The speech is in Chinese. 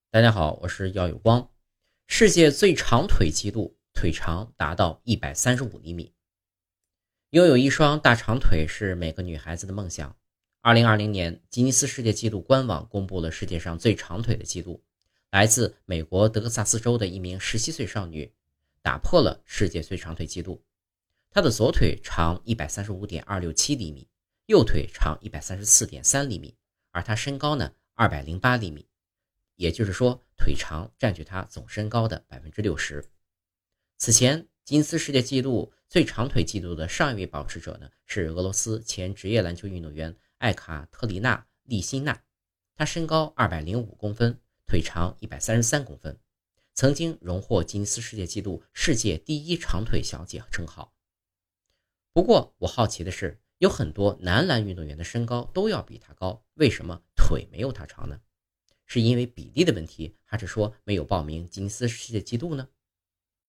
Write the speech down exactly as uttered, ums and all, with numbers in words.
大家好，我是耀有光。世界最长腿纪录，腿长达到一百三十五厘米。拥有一双大长腿是每个女孩子的梦想。二零二零年，吉尼斯世界纪录官网公布了世界上最长腿的纪录，来自美国德克萨斯州的一名十七岁少女打破了世界最长腿纪录。她的左腿长 一百三十五点二六七厘米，右腿长 一百三十四点三厘米，而她身高呢二百零八厘米。也就是说，腿长占据他总身高的 百分之六十。 此前吉尼斯世界纪录最长腿纪录的上一位保持者呢是俄罗斯前职业篮球运动员艾卡特里娜·利辛娜，她身高二百零五公分，腿长一百三十三公分，曾经荣获吉尼斯世界纪录世界第一长腿小姐称号。不过我好奇的是，有很多男篮运动员的身高都要比他高，为什么腿没有他长呢？是因为比例的问题，还是说没有报名吉尼斯世界纪录呢？